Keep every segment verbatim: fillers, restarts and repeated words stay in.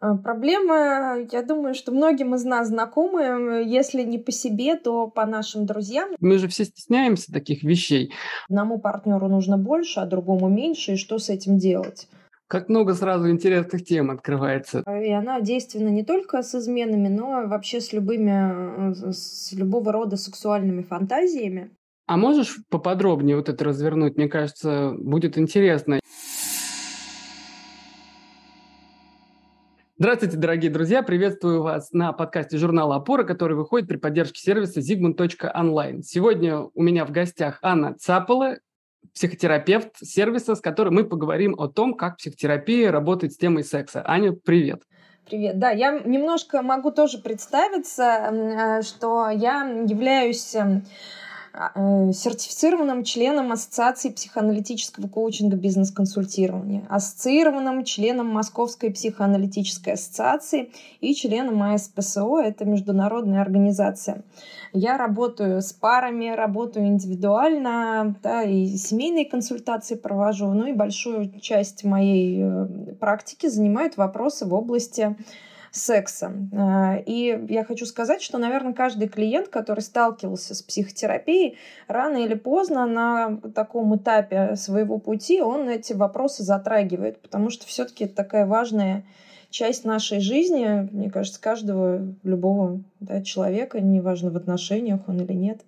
А, Проблема, я думаю, что многим из нас знакомы, если не по себе, то по нашим друзьям. Мы же все стесняемся таких вещей. Одному партнеру нужно больше, а другому меньше, и что с этим делать? Как много сразу интересных тем открывается. А, И она действенна не только с изменами, но и вообще с любыми, э, с любого рода сексуальными фантазиями. А можешь поподробнее вот это развернуть? Мне кажется, будет интересно. Здравствуйте, дорогие друзья! Приветствую вас на подкасте журнала «Опора», который выходит при поддержке сервиса зигмунд точка онлайн. Сегодня у меня в гостях Анна Цапала, психотерапевт сервиса, с которым мы поговорим о том, как психотерапия работает с темой секса. Аня, привет! Привет. Да, я немножко могу тоже представиться, м, э, что я являюсь эм, а, э, сертифицированным членом Ассоциации психоаналитического коучинга бизнес-консультирования, ассоциированным членом Московской психоаналитической ассоциации и членом А С П С О, это международная организация. Я работаю с парами, работаю индивидуально, да, и семейные консультации провожу, ну и большую часть моей э, практики занимают вопросы в области секса. Э, И я хочу сказать, что, наверное, каждый клиент, который сталкивался с психотерапией, рано или поздно на таком этапе своего пути он эти вопросы затрагивает, потому что все-таки это такая важная часть нашей жизни, мне кажется, каждого, любого, да, человека, неважно, в отношениях он или нет.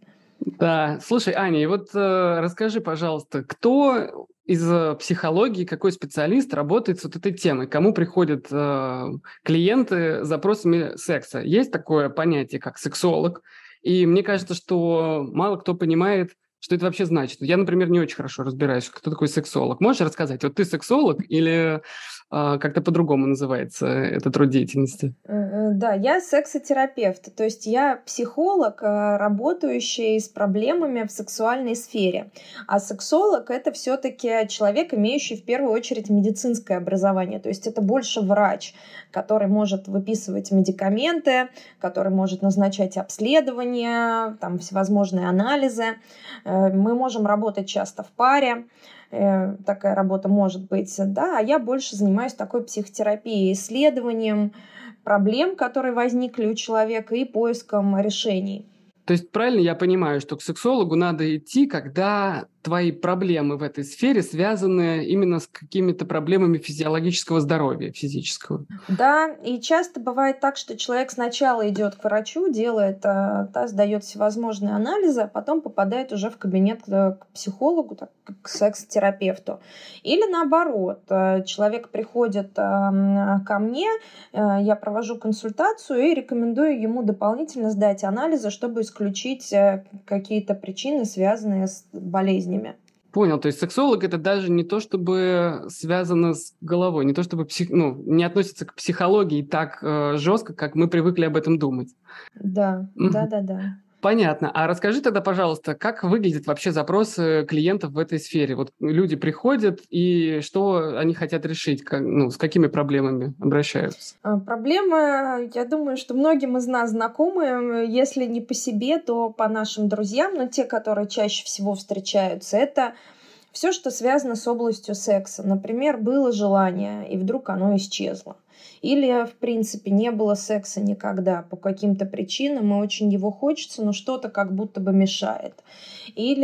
Да, слушай, Аня, и вот э, расскажи, пожалуйста, кто из э, психологии, какой специалист работает с вот этой темой? Кому приходят э, клиенты с запросами секса? Есть такое понятие, как сексолог, и мне кажется, что мало кто понимает, что это вообще значит. Я, например, не очень хорошо разбираюсь, кто такой сексолог. Можешь рассказать, вот ты сексолог или э, как-то по-другому называется этот род деятельности? Э, э, Да, я сексотерапевт, то есть я психолог, э, работающий с проблемами в сексуальной сфере. А сексолог — это все-таки человек, имеющий в первую очередь медицинское образование, то есть это больше врач, который может выписывать медикаменты, который может назначать обследования, там всевозможные анализы. Э, Мы можем работать часто в паре. Э, Такая работа может быть, да, а я больше занимаюсь такой психотерапией, исследованием проблем, которые возникли у человека, и поиском решений. То есть правильно я понимаю, что к сексологу надо идти, когда твои проблемы в этой сфере связаны именно с какими-то проблемами физиологического здоровья, физического? Да, и часто бывает так, что человек сначала идет к врачу, делает, а, та, сдает всевозможные анализы, а потом попадает уже в кабинет э, к психологу, так, к секс-терапевту. Или наоборот, э, человек приходит э, м, ко мне, э, я провожу консультацию и рекомендую ему дополнительно сдать анализы, чтобы исключить э, какие-то причины, связанные с болезнями. Понял, то есть сексолог это даже не то, чтобы связано с головой, не то, чтобы псих... ну, не относится к психологии так э, жестко, как мы привыкли об этом думать. Да, да, Мгм. да, да. Понятно. А расскажи тогда, пожалуйста, как выглядят вообще запросы клиентов в этой сфере? Вот люди приходят, и что они хотят решить? Как- ну, с какими проблемами обращаются? А, Проблема, я думаю, что многим из нас знакомы, м, если не по себе, то по нашим друзьям, но те, которые чаще всего встречаются, это все, что связано с областью секса. Например, было желание, и вдруг оно исчезло. Или, в принципе, не было секса никогда по каким-то причинам, и очень его хочется, но что-то как будто бы мешает. Или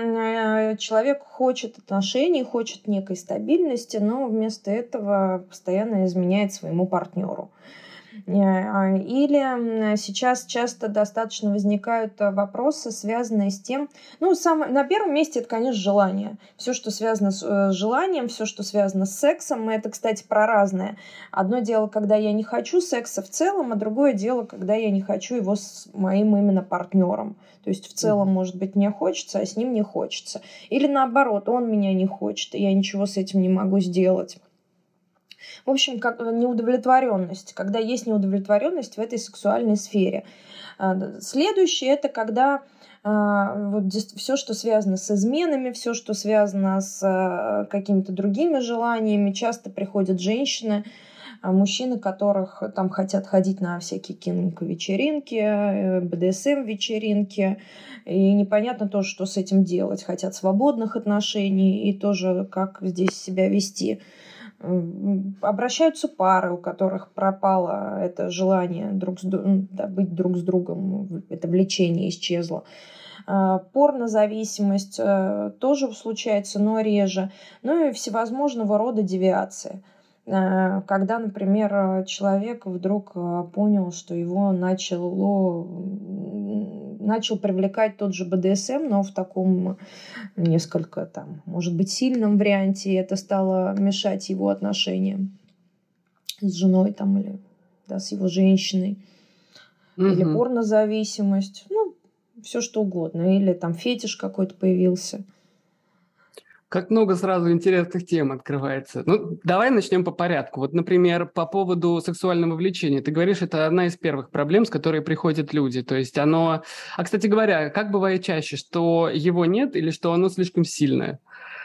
м, э, человек хочет отношений, хочет некой стабильности, но вместо этого постоянно изменяет своему партнеру. Э, а, Или м, сейчас часто достаточно возникают а, вопросы, связанные с тем, ну, сам, на первом месте это, конечно, желание. Все, что связано с э, желанием, все, что связано с сексом, это, кстати, про разное. Одно дело, когда я не хочу секса в целом, а другое дело, когда я не хочу его с моим именно партнером. То есть в целом, может быть, мне хочется, а с ним не хочется. Или наоборот, он меня не хочет, и я ничего с этим не могу сделать. В общем, как неудовлетворенность, когда есть неудовлетворенность в этой сексуальной сфере. А, Следующее — это когда а, вот все, что связано с изменами, все, что связано с а, какими-то другими желаниями. Часто приходят женщины, а, мужчины, которых там хотят ходить на всякие кинг-вечеринки, бэ дэ эс эм-вечеринки, и непонятно тоже, что с этим делать. Хотят свободных отношений и тоже как здесь себя вести. Обращаются пары, у которых пропало это желание друг с, да, быть друг с другом, это влечение исчезло. Порнозависимость тоже случается, но реже. Ну и всевозможного рода девиации. Когда, например, человек вдруг понял, что его начало, начал привлекать тот же бэ дэ эс эм, но в таком несколько, там, может быть, сильном варианте, и это стало мешать его отношениям с женой там, или да, с его женщиной. Угу. Или порнозависимость, ну, все что угодно. Или там фетиш какой-то появился. Как много сразу интересных тем открывается. Ну, давай начнем по порядку. Вот, например, по поводу сексуального влечения. Ты говоришь, это одна из первых проблем, с которой приходят люди. То есть оно... А, кстати говоря, как бывает чаще, что его нет или что оно слишком сильное?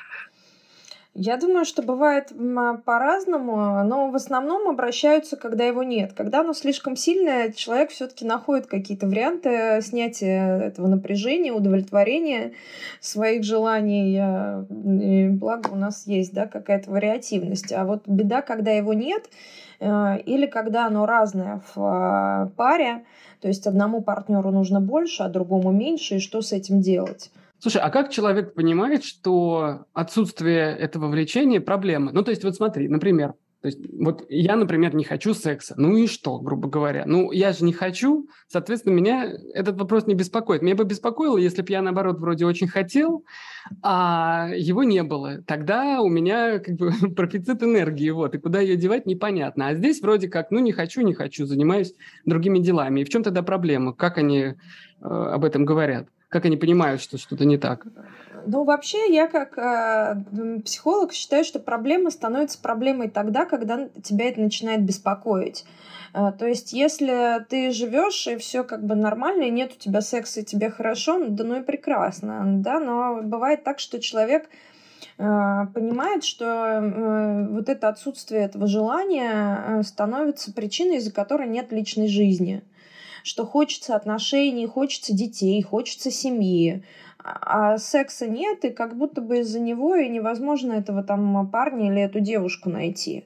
Я думаю, что бывает по-разному, но в основном обращаются, когда его нет. Когда оно слишком сильное, человек все-таки находит какие-то варианты снятия этого напряжения, удовлетворения своих желаний. И благо у нас есть, да, какая-то вариативность. А вот беда, когда его нет, или когда оно разное в паре, то есть одному партнеру нужно больше, а другому меньше, и что с этим делать? Слушай, а как человек понимает, что отсутствие этого влечения – проблема? Ну, то есть, вот смотри, например, то есть, вот я, например, не хочу секса. Ну и что, грубо говоря? Ну, я же не хочу, соответственно, меня этот вопрос не беспокоит. Меня бы беспокоило, если бы я, наоборот, вроде очень хотел, а его не было. Тогда у меня как бы профицит энергии, вот, и куда ее девать, непонятно. А здесь вроде как, ну, не хочу, не хочу, занимаюсь другими делами. И в чем тогда проблема? Как они э, об этом говорят? Как они понимают, что что-то не так? Ну, вообще, я как э, психолог считаю, что проблема становится проблемой тогда, когда тебя это начинает беспокоить. Э, то есть, если ты живешь, и все как бы нормально, и нет у тебя секса, и тебе хорошо, да ну и прекрасно, да, но бывает так, что человек э, понимает, что э, вот это отсутствие этого желания становится причиной, из-за которой нет личной жизни. Что хочется отношений, хочется детей, хочется семьи, а секса нет, и как будто бы из-за него и невозможно этого там парня или эту девушку найти.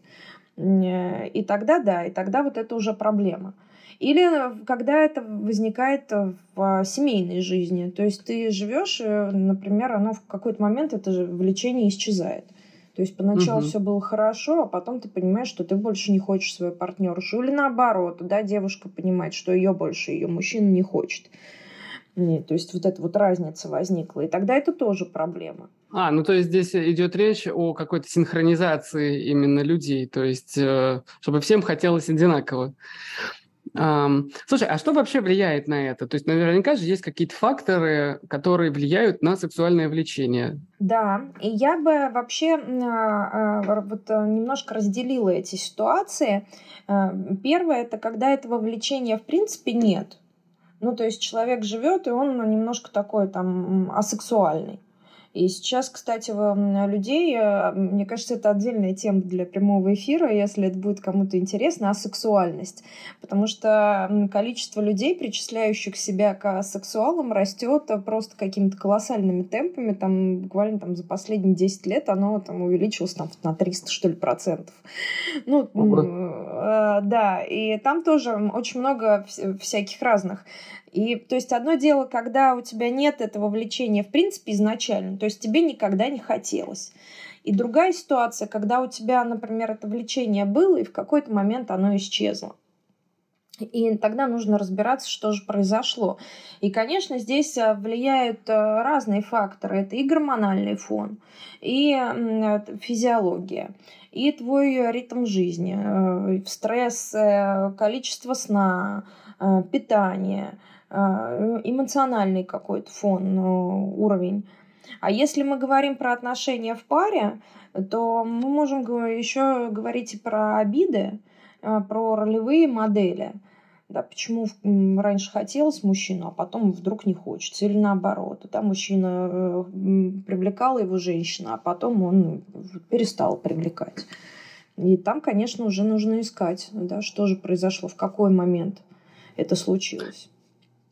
И тогда да, и тогда вот это уже проблема. Или когда это возникает в семейной жизни, то есть ты живешь, например, оно в какой-то момент, это же влечение исчезает. То есть поначалу угу. все было хорошо, а потом ты понимаешь, что ты больше не хочешь свою партнершу. Или наоборот, да, девушка понимает, что ее больше ее мужчина не хочет. Нет, то есть вот эта вот разница возникла. И тогда это тоже проблема. А, ну то есть здесь идет речь о какой-то синхронизации именно людей. То есть чтобы всем хотелось одинаково. Um, слушай, а что вообще влияет на это? То есть наверняка же есть какие-то факторы, которые влияют на сексуальное влечение. Да, и я бы вообще вот немножко разделила эти ситуации. Первое – это когда этого влечения в принципе нет. Ну, то есть человек живет, и он немножко такой там асексуальный. И сейчас, кстати, людей, мне кажется, это отдельная тема для прямого эфира, если это будет кому-то интересно, асексуальность. Потому что количество людей, причисляющих себя к асексуалам, растет просто какими-то колоссальными темпами. Там, буквально там, за последние десять лет оно там, увеличилось там, на триста, что ли, процентов. Ну, э, да, и там тоже очень много всяких разных. И, то есть, одно дело, когда у тебя нет этого влечения, в принципе, изначально, то есть, тебе никогда не хотелось. И другая ситуация, когда у тебя, например, это влечение было, и в какой-то момент оно исчезло. И тогда нужно разбираться, что же произошло. И, конечно, здесь влияют разные факторы. Это и гормональный фон, и физиология, и твой ритм жизни, стресс, количество сна, питание, эмоциональный какой-то фон, уровень. А если мы говорим про отношения в паре, то мы можем еще говорить и про обиды, про ролевые модели. Да, почему раньше хотелось мужчину, а потом вдруг не хочется. Или наоборот. Да, мужчина привлекала его женщина, а потом он перестал привлекать. И там, конечно, уже нужно искать, да, что же произошло, в какой момент это случилось.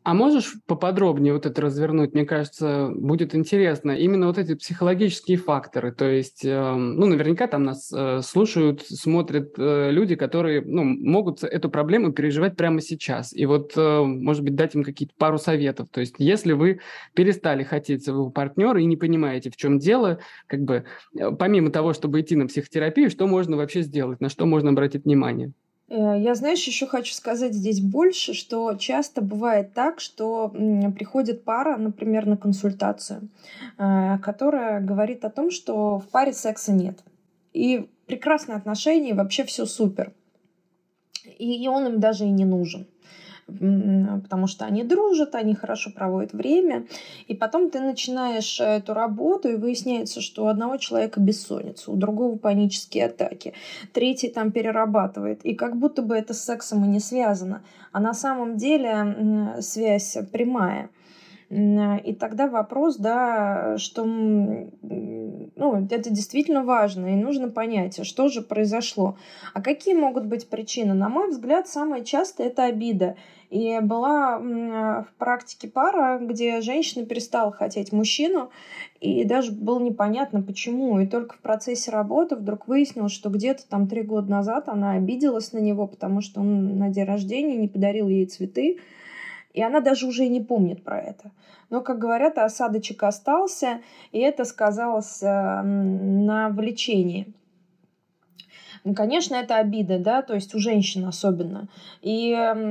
А можешь поподробнее вот это развернуть? Мне кажется, будет интересно. Именно вот эти психологические факторы. То есть, э, ну, наверняка там нас э, слушают, смотрят э, люди, которые, ну, могут эту проблему переживать прямо сейчас. И вот, э, может быть, дать им какие-то пару советов. То есть, если вы перестали хотеть своего партнера и не понимаете, в чем дело, как бы, э, помимо того, чтобы идти на психотерапию, что можно вообще сделать, на что можно обратить внимание? Я, знаешь, еще хочу сказать здесь больше, что часто бывает так, что приходит пара, например, на консультацию, э, которая говорит о том, что в паре секса нет. И прекрасные отношения, и вообще все супер. И он им даже и не нужен. Потому что они дружат, они хорошо проводят время. И потом ты начинаешь эту работу, и выясняется, что у одного человека бессонница, у другого панические атаки, третий там перерабатывает. И как будто бы это с сексом и не связано. А на самом деле связь прямая. И тогда вопрос, да, что ну, это действительно важно, и нужно понять, что же произошло. А какие могут быть причины? На мой взгляд, самое частое – это обида. И была в практике пара, где женщина перестала хотеть мужчину, и даже было непонятно, почему. И только в процессе работы вдруг выяснилось, что где-то там три года назад она обиделась на него, потому что он на день рождения не подарил ей цветы, и она даже уже и не помнит про это. Но, как говорят, осадочек остался, и это сказалось на влечении. Конечно, это обида, да, то есть у женщин особенно. И,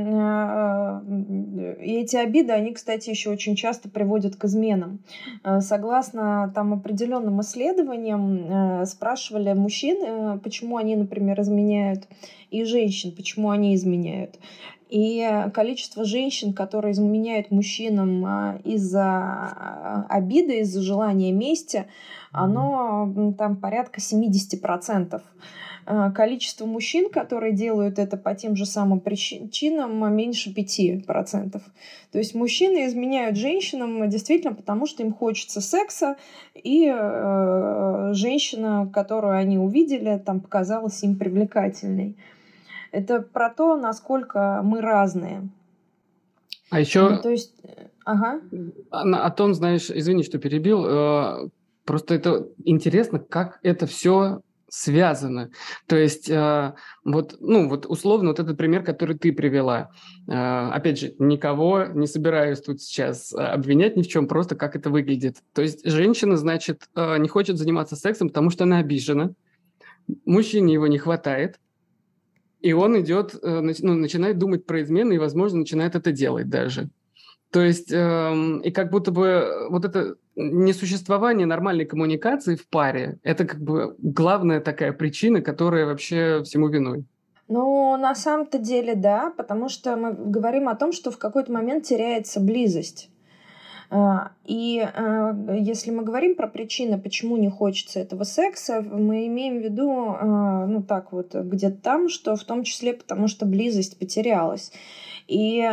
и эти обиды, они, кстати, еще очень часто приводят к изменам. Согласно там определенным исследованиям, спрашивали мужчин, почему они, например, изменяют, и женщин, почему они изменяют. И количество женщин, которые изменяют мужчинам из-за обиды, из-за желания мести, оно там порядка семьдесят процентов. Количество мужчин, которые делают это по тем же самым причинам, меньше пяти процентов. То есть мужчины изменяют женщинам действительно потому, что им хочется секса, и э, женщина, которую они увидели, там показалась им привлекательной. Это про то, насколько мы разные. А еще... То есть, ага. О том, знаешь, извини, что перебил, просто это интересно, как это все связано. То есть, вот, ну, вот условно, вот этот пример, который ты привела. Опять же, никого не собираюсь тут сейчас обвинять ни в чем, просто как это выглядит. То есть, женщина, значит, не хочет заниматься сексом, потому что она обижена, мужчине его не хватает, и он идет, ну, начинает думать про измены и, возможно, начинает это делать даже. То есть, э, и как будто бы вот это несуществование нормальной коммуникации в паре, это как бы главная такая причина, которая вообще всему виной. Ну, на самом-то деле, да, потому что мы говорим о том, что в какой-то момент теряется близость. И если мы говорим про причины, почему не хочется этого секса, мы имеем в виду, ну так вот, где-то там, что в том числе потому, что близость потерялась. И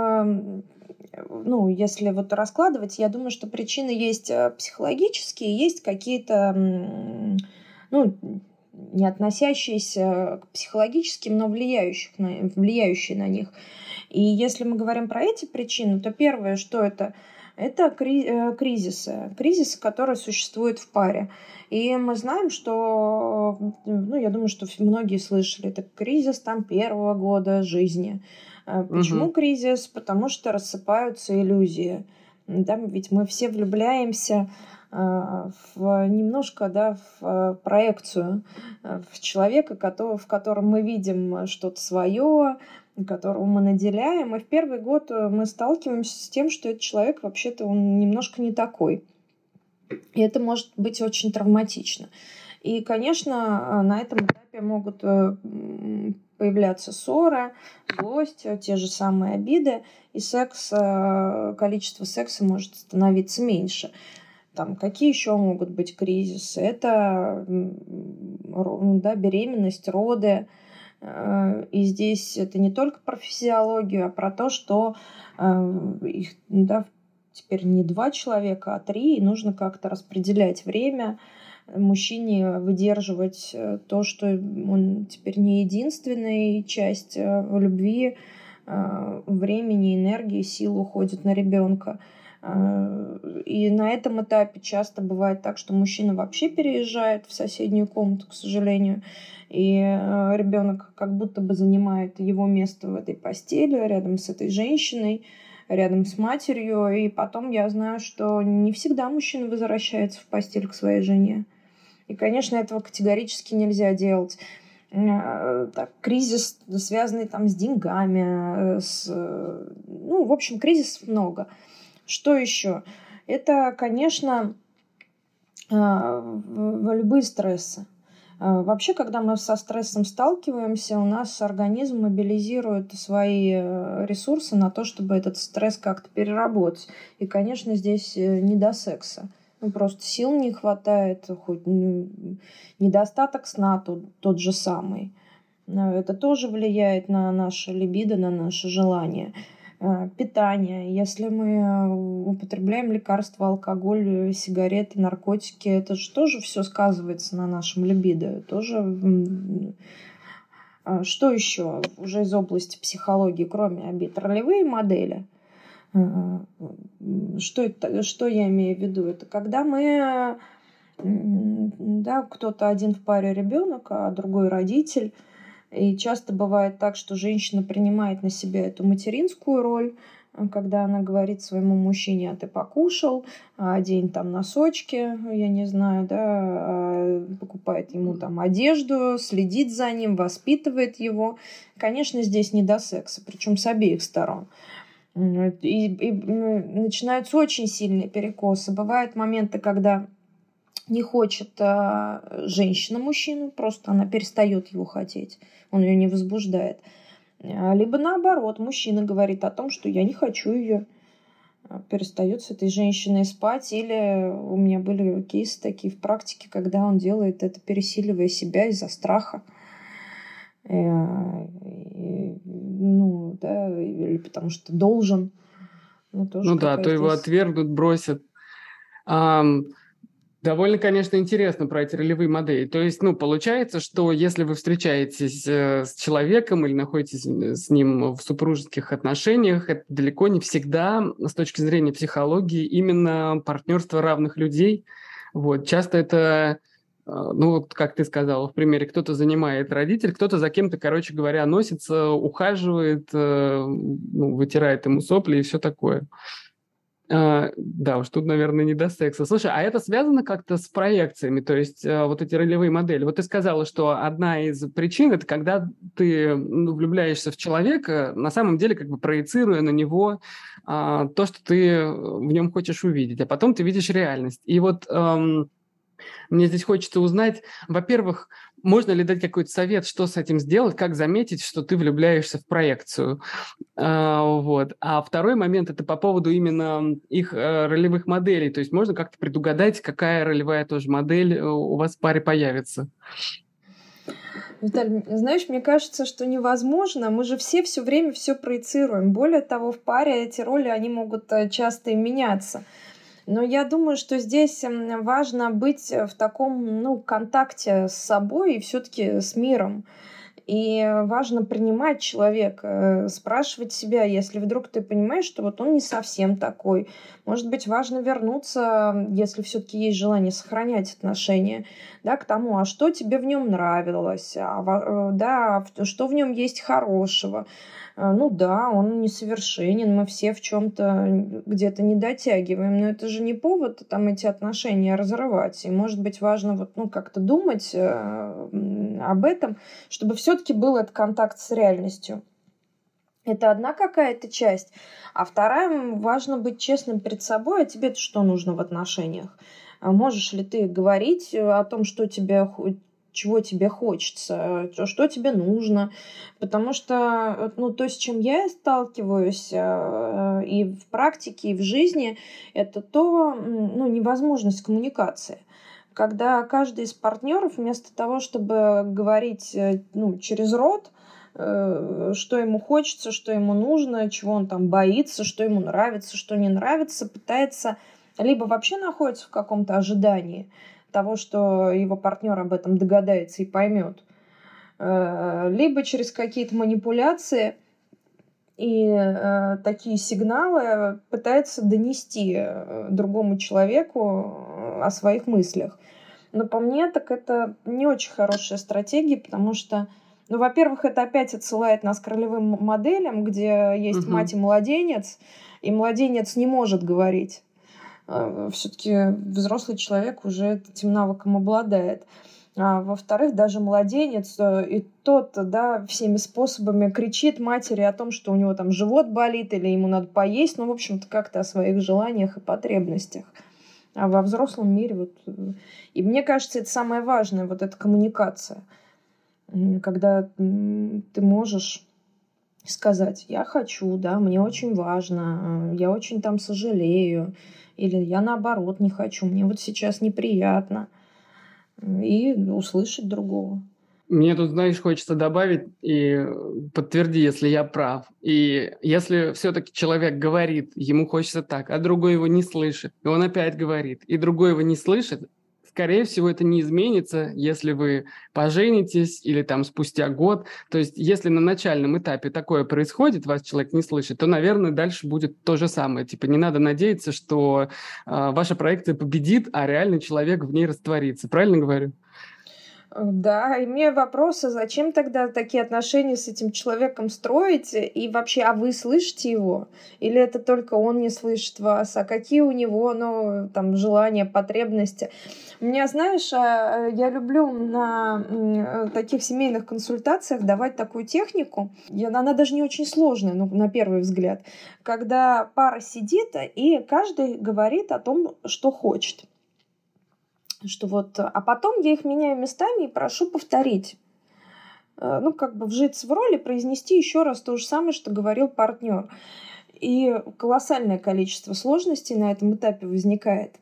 ну, если вот раскладывать, я думаю, что причины есть психологические, есть какие-то, ну, не относящиеся к психологическим, но влияющих на, влияющие на них. И если мы говорим про эти причины, то первое, что это? Это кризисы, кризисы, которые существуют в паре. И мы знаем, что, ну, я думаю, что многие слышали, это кризис там первого года жизни. Почему угу. кризис? Потому что рассыпаются иллюзии. Да, ведь мы все влюбляемся в немножко, да, в проекцию, в человека, в котором мы видим что-то свое, которого мы наделяем. И в первый год мы сталкиваемся с тем, что этот человек вообще-то он немножко не такой. И это может быть очень травматично. И, конечно, на этом этапе могут появляться ссоры, злость, те же самые обиды, и секс, количество секса может становиться меньше. Там, какие еще могут быть кризисы? Это да, беременность, роды. И здесь это не только про физиологию, а про то, что их да, теперь не два человека, а три, и нужно как-то распределять время, мужчине выдерживать то, что он теперь не единственная часть любви времени, энергии, сил уходит на ребенка. И на этом этапе часто бывает так, что мужчина вообще переезжает в соседнюю комнату, к сожалению, и ребенок как будто бы занимает его место в этой постели рядом с этой женщиной, рядом с матерью. И потом я знаю, что не всегда мужчина возвращается в постель к своей жене. И, конечно, этого категорически нельзя делать. Так, кризис, связанный там с деньгами, с... ну, в общем, кризисов много. Что еще? Это, конечно, любые стрессы. Вообще, когда мы со стрессом сталкиваемся, у нас организм мобилизирует свои ресурсы на то, чтобы этот стресс как-то переработать. И, конечно, здесь не до секса. Ну, просто сил не хватает, хоть недостаток сна тот, тот же самый. Это тоже влияет на наше либидо, на наше желание. Питание. Если мы употребляем лекарства, алкоголь, сигареты, наркотики, это же тоже все сказывается на нашем либидо. Тоже... Что еще уже из области психологии, кроме обид? Ролевые модели. Что, это, что я имею в виду? Это когда мы, да, кто-то один в паре ребенок, а другой родитель. И часто бывает так, что женщина принимает на себя эту материнскую роль, когда она говорит своему мужчине: а ты покушал, одень там носочки, я не знаю, да, покупает ему там одежду, следит за ним, воспитывает его. Конечно, здесь не до секса, причем с обеих сторон. И, и начинаются очень сильные перекосы. Бывают моменты, когда не хочет а, женщина мужчину, просто она перестает его хотеть, он ее не возбуждает. Либо наоборот, мужчина говорит о том, что я не хочу ее, перестает с этой женщиной спать. Или у меня были кейсы такие в практике, когда он делает это, пересиливая себя из-за страха. Ну, да, или потому что должен. Ну, тоже ну да, то его здесь... отвергнут, бросят. Um... Довольно, конечно, интересно про эти ролевые модели. То есть, ну, получается, что если вы встречаетесь с человеком или находитесь с ним в супружеских отношениях, это далеко не всегда, с точки зрения психологии, именно партнерство равных людей. Вот. Часто это, ну, вот как ты сказала в примере, кто-то занимает родитель, кто-то за кем-то, короче говоря, носится, ухаживает, ну, вытирает ему сопли и все такое. Uh, да, уж тут, наверное, не до секса. Слушай, а это связано как-то с проекциями, то есть uh, вот эти ролевые модели? Вот ты сказала, что одна из причин – это когда ты ну, влюбляешься в человека, на самом деле как бы проецируя на него uh, то, что ты в нем хочешь увидеть, а потом ты видишь реальность. И вот um, мне здесь хочется узнать, во-первых, можно ли дать какой-то совет, что с этим сделать, как заметить, что ты влюбляешься в проекцию? А, вот. А второй момент – это по поводу именно их а, ролевых моделей. То есть можно как-то предугадать, какая ролевая тоже модель у вас в паре появится? Виталий, знаешь, мне кажется, что невозможно. Мы же все все время все проецируем. Более того, в паре эти роли, они могут часто и меняться. Но я думаю, что здесь важно быть в таком, ну, контакте с собой и все-таки с миром. И важно принимать человека, спрашивать себя, если вдруг ты понимаешь, что вот он не совсем такой. Может быть, важно вернуться, если все-таки есть желание сохранять отношения, да, к тому, а что тебе в нем нравилось, а, да, что в нем есть хорошего. Ну да, он несовершенен, мы все в чем-то где-то не дотягиваем, но это же не повод там эти отношения разрывать. И, может быть, важно вот, ну, как-то думать э, об этом, чтобы все-таки был этот контакт с реальностью. Это одна какая-то часть. А вторая, важно быть честным перед собой, а тебе-то что нужно в отношениях? Можешь ли ты говорить о том, что тебе чего тебе хочется, что тебе нужно. Потому что, ну, то, с чем я сталкиваюсь и в практике, и в жизни, это то, ну, невозможность коммуникации. Когда каждый из партнеров вместо того, чтобы говорить, ну, через рот, что ему хочется, что ему нужно, чего он там боится, что ему нравится, что не нравится, пытается либо вообще находится в каком-то ожидании того, что его партнер об этом догадается и поймет, либо через какие-то манипуляции и э, такие сигналы пытается донести э, другому человеку э, о своих мыслях. Но по мне, так это не очень хорошая стратегия, потому что, ну, во-первых, это опять отсылает нас к ролевым моделям, где есть угу. мать и младенец, и младенец не может говорить. Все-таки взрослый человек уже этим навыком обладает. А во-вторых, даже младенец и тот, да, всеми способами кричит матери о том, что у него там живот болит или ему надо поесть, ну, в общем-то, как-то о своих желаниях и потребностях. А во взрослом мире вот... И мне кажется, это самое важное, вот эта коммуникация. Когда ты можешь сказать: я хочу, да, мне очень важно, я очень там сожалею, или я наоборот не хочу, мне вот сейчас неприятно. И услышать другого. Мне тут, знаешь, хочется добавить и подтверди, если я прав. И если все-таки человек говорит, ему хочется так, а другой его не слышит, и он опять говорит, и другой его не слышит, скорее всего, это не изменится, если вы поженитесь или там спустя год. То есть, если на начальном этапе такое происходит, вас человек не слышит, то, наверное, дальше будет то же самое. Типа, не надо надеяться, что э, ваша проекция победит, а реальный человек в ней растворится. Правильно говорю? Да, и мне вопрос, а зачем тогда такие отношения с этим человеком строите? И вообще, а вы слышите его? Или это только он не слышит вас? А какие у него, ну, там, желания, потребности? У меня, знаешь, я люблю на таких семейных консультациях давать такую технику. Она даже не очень сложная, ну, на первый взгляд. Когда пара сидит, и каждый говорит о том, что хочет. Что вот, а потом я их меняю местами и прошу повторить. Ну, как бы вжиться в роль и произнести еще раз то же самое, что говорил партнер. И колоссальное количество сложностей на этом этапе возникает.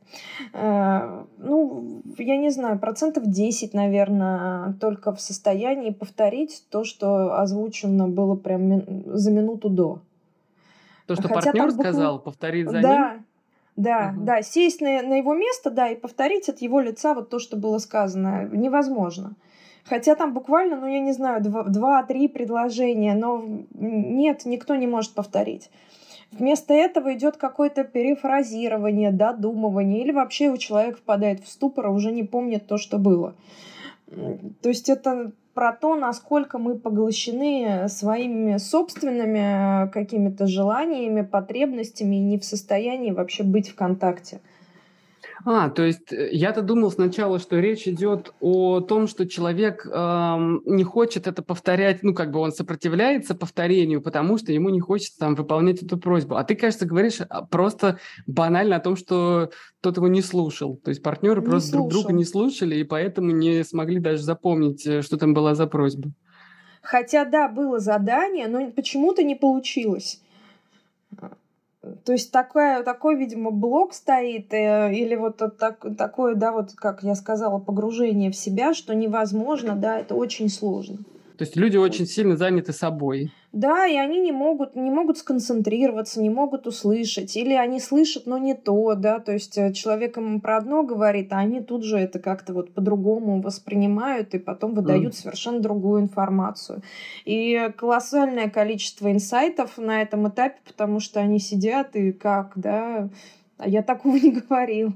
Ну, я не знаю, процентов десять, наверное, только в состоянии повторить то, что озвучено было прям за минуту до. То, что Хотя партнер букв... сказал, повторить за да. ним? Да, угу. да, сесть на, на его место, да, и повторить от его лица вот то, что было сказано, невозможно. Хотя там буквально, ну, я не знаю, два-три предложения, но нет, никто не может повторить. Вместо этого идет какое-то перефразирование, додумывание, или вообще у человека впадает в ступор, уже не помнит то, что было. То есть это про то, насколько мы поглощены своими собственными какими-то желаниями, потребностями и не в состоянии вообще быть в контакте. А, то есть я-то думал сначала, что речь идет о том, что человек эм, не хочет это повторять, ну, как бы он сопротивляется повторению, потому что ему не хочется там выполнять эту просьбу. А ты, кажется, говоришь просто банально о том, что тот его не слушал. То есть партнеры не просто слушал. Друг друга не слушали, и поэтому не смогли даже запомнить, что там была за просьба. Хотя, да, было задание, но почему-то не получилось. То есть такое, такой, видимо, блок стоит, э, или вот так, такое, да, вот, как я сказала, погружение в себя, что невозможно, да, это очень сложно. То есть люди очень сильно заняты собой. Да, и они не могут, не могут сконцентрироваться, не могут услышать, или они слышат, но не то, да, то есть человек им про одно говорит, а они тут же это как-то вот по-другому воспринимают и потом выдают mm. совершенно другую информацию. И колоссальное количество инсайтов на этом этапе, потому что они сидят и как, да, а я такого не говорил.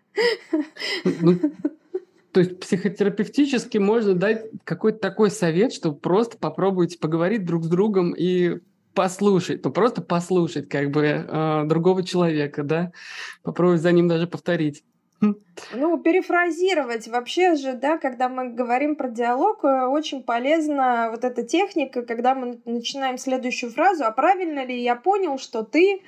Ну, то есть психотерапевтически можно дать какой-то такой совет, что просто попробуйте поговорить друг с другом и послушать, ну просто послушать как бы э, другого человека, да, попробовать за ним даже повторить. Ну, перефразировать. Вообще же, да, когда мы говорим про диалог, очень полезна вот эта техника, когда мы начинаем следующую фразу, а правильно ли я понял, что ты...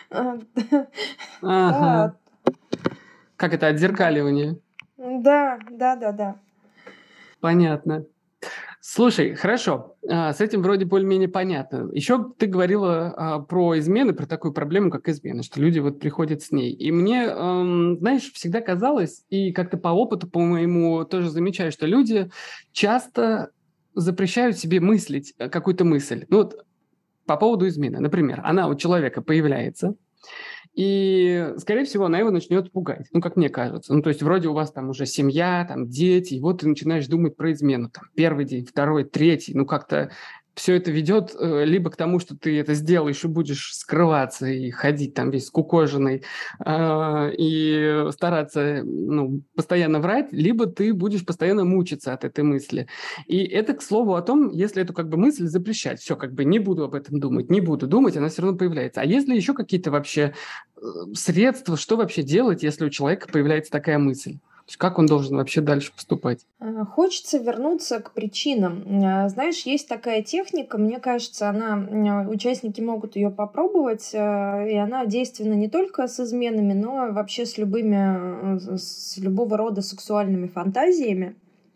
Ага. Как это, отзеркаливание? Да, да, да, да. Понятно. Слушай, хорошо, с этим вроде более-менее понятно. Еще ты говорила про измены, про такую проблему, как измена, что люди вот приходят с ней. И мне, знаешь, всегда казалось, и как-то по опыту, по-моему, тоже замечаю, что люди часто запрещают себе мыслить какую-то мысль. Ну вот по поводу измены, например, она у человека появляется, и, скорее всего, она его начнет пугать, ну, как мне кажется. Ну, то есть, вроде у вас там уже семья, там, дети, и вот ты начинаешь думать про измену. Там, первый день, второй, третий, ну, как-то все это ведет э, либо к тому, что ты это сделаешь и будешь скрываться и ходить там весь скукоженный э, и стараться ну, постоянно врать, либо ты будешь постоянно мучиться от этой мысли. И это, к слову, о том, если эту как бы мысль запрещать. Все, как бы не буду об этом думать, не буду думать, она все равно появляется. А есть ли еще какие-то вообще э, средства, что вообще делать, если у человека появляется такая мысль? То есть как он должен вообще дальше поступать? Э, Хочется вернуться к причинам. Э, Знаешь, есть такая техника, мне кажется, она, э, участники могут ее попробовать, э, и она действенна не только с изменами, но и вообще с любыми, э, с любого рода сексуальными фантазиями.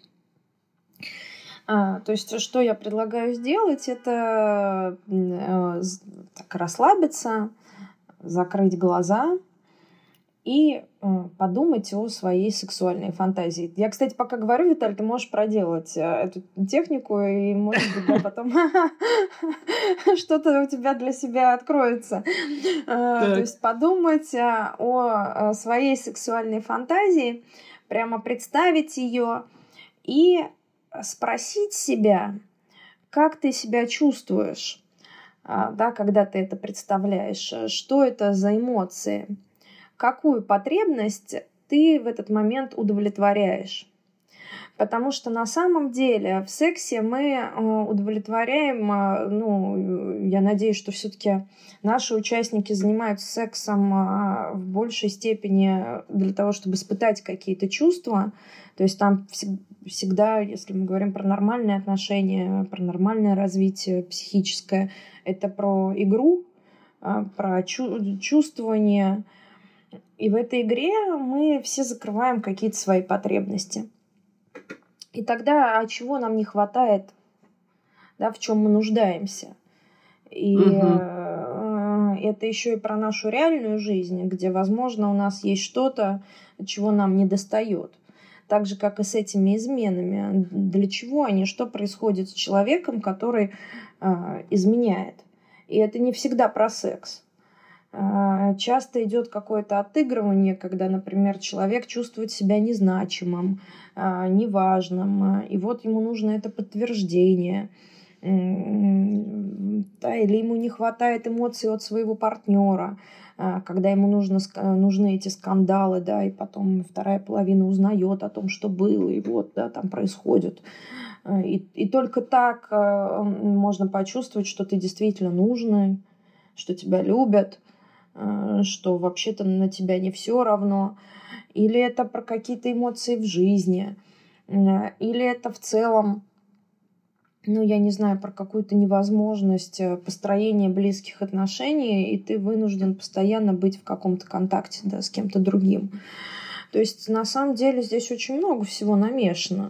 А, То есть, что я предлагаю сделать, это э, з- так расслабиться, закрыть глаза и э, подумать о своей сексуальной фантазии. Я, кстати, пока говорю, Виталь, ты можешь проделать э, эту технику, и, может быть, да, потом что-то у тебя для себя откроется. Э, То Так. есть подумать э, о э, своей сексуальной фантазии, прямо представить ее и спросить себя, как ты себя чувствуешь, а, да, когда ты это представляешь, э, что это за эмоции, какую потребность ты в этот момент удовлетворяешь. Потому что на самом деле в сексе мы э, удовлетворяем, э, ну, я надеюсь, что все-таки наши участники занимаются сексом э, в большей степени для того, чтобы испытать какие-то чувства. То есть там всег- всегда, если мы говорим про нормальные отношения, про нормальное развитие психическое, это про игру, э, про чу- чувствование. И в этой игре мы все закрываем какие-то свои потребности. И тогда, а чего нам не хватает, да, в чем мы нуждаемся. И Мгм. э, это еще и про нашу реальную жизнь, где, возможно, у нас есть что-то, чего нам не достает. Так же, как и с этими изменами. Для чего они? Что происходит с человеком, который э, изменяет? И это не всегда про секс. Э, Часто идет какое-то отыгрывание, когда, например, человек чувствует себя незначимым, э, неважным, э, и вот ему нужно это подтверждение. М, Да, или ему не хватает эмоций от своего партнера, э, когда ему нужно, ска- нужны эти скандалы, да, и потом вторая половина узнает о том, что было, и вот, да, там происходит. Э, И, и только так э, м, можно почувствовать, что ты действительно нужный, что тебя любят, э, что вообще-то на тебя не все равно. Или это про какие-то эмоции в жизни, э, или это в целом, ну, я не знаю, про какую-то невозможность э, построения близких отношений, и ты вынужден постоянно быть в каком-то контакте, да, с кем-то другим. То есть, на самом деле, здесь очень много всего намешано.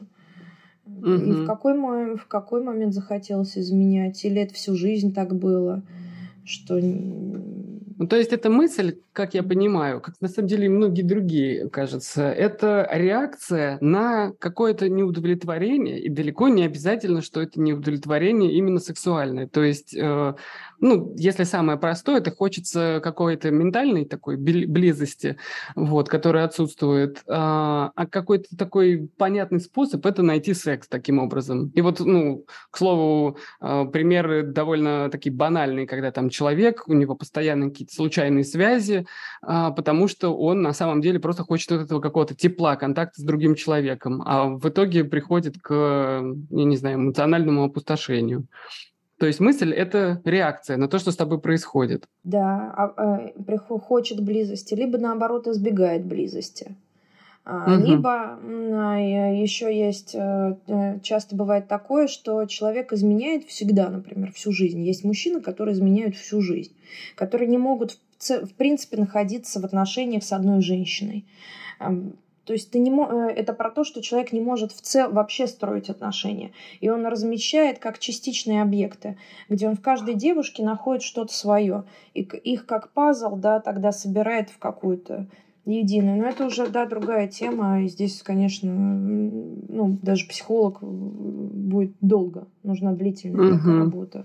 И в Мгм. какой, мо- в какой момент захотелось изменять? Или это всю жизнь так было, что... н- Ну, то есть эта мысль, как я понимаю, как на самом деле и многие другие, кажется, это реакция на какое-то неудовлетворение, и далеко не обязательно, что это неудовлетворение именно сексуальное. То есть, э, ну, если самое простое, это хочется какой-то ментальной такой бли- близости, вот, которая отсутствует, а а какой-то такой понятный способ– это найти секс таким образом. И вот, ну, к слову, а, примеры довольно такие банальные, когда там человек, у него постоянно какие-то случайные связи, а, потому что он на самом деле просто хочет вот этого какого-то тепла, контакта с другим человеком, а в итоге приходит к, я не знаю, эмоциональному опустошению. То есть мысль– это реакция на то, что с тобой происходит. Да, а, а, прихо- хочет близости, либо наоборот избегает близости. А, Мгм. Либо еще есть, э, э, часто бывает такое, что человек изменяет всегда, например, всю жизнь. Есть мужчины, которые изменяют всю жизнь, которые не могут в ц- в принципе находиться в отношениях с одной женщиной. Ам, То есть ты не мо- э, это про то, что человек не может в цел вообще строить отношения. И он размещает как частичные объекты, где он в каждой девушке находит что-то свое. И к- их как пазл, да, тогда собирает в какую-то единую. Но это уже, да, другая тема. И здесь, конечно, м, ну, даже психолог э, будет долго. Нужна длительная такая Мгм. работа.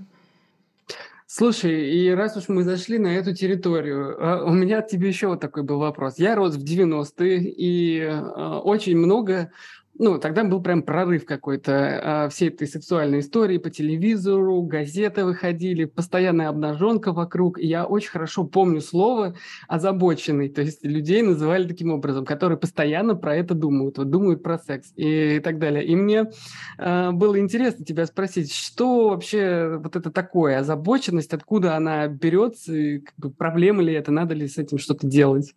Слушай, и раз уж мы зашли на эту территорию, а, у меня к тебе еще вот такой был вопрос. Я рос в девяностые, и а, очень много ну, тогда был прям прорыв какой-то а, всей этой сексуальной истории по телевизору, газеты выходили, постоянная обнаженка вокруг. И я очень хорошо помню слово «озабоченный», то есть людей называли таким образом, которые постоянно про это думают, вот думают про секс и так далее. И мне а, было интересно тебя спросить, что вообще вот это такое, озабоченность, откуда она берется, и, как бы, проблема ли это, надо ли с этим что-то делать?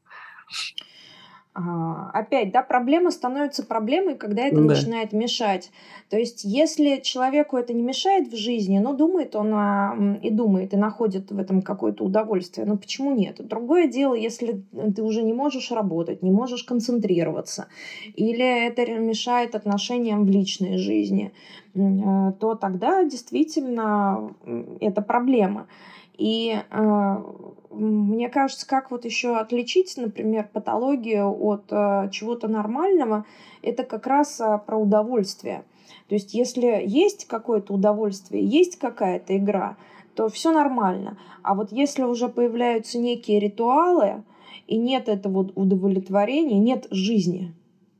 А, Опять, да, проблема становится проблемой, когда это Да. начинает мешать. То есть, если человеку это не мешает в жизни, ну, думает он а, м, и думает, и находит в этом какое-то удовольствие, ну, почему нет? Другое дело, если ты уже не можешь работать, не можешь концентрироваться, или это ре- мешает отношениям в личной жизни, м, э, то тогда действительно м, это проблема. И э, мне кажется, как вот еще отличить, например, патологию от э, чего-то нормального, это как раз э, про удовольствие. То есть, если есть какое-то удовольствие, есть какая-то игра, то все нормально. А вот если уже появляются некие ритуалы, и нет этого удовлетворения, нет жизни,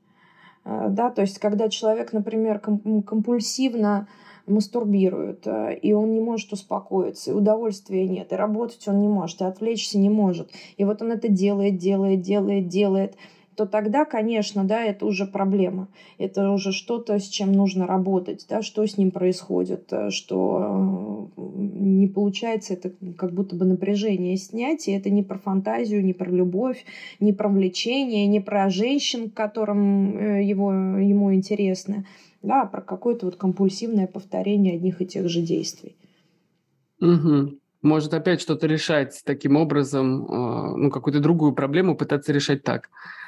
Э, да, то есть когда человек, например, ком- компульсивно мастурбирует, э, и он не может успокоиться, и удовольствия нет, и работать он не может, и отвлечься не может, и вот он это делает, делает, делает, делает, то тогда, конечно, да, это уже проблема. Это уже что-то, с чем нужно работать, да, что с ним происходит, э, что э, не получается это как будто бы напряжение снять, и это не про фантазию, не про любовь, не про влечение, не про женщин, которым э, его, ему интересно, да, а про какое-то вот компульсивное повторение одних и тех же действий. Мгм. Может опять что-то решать таким образом, а, ну, какую-то другую проблему пытаться решать так.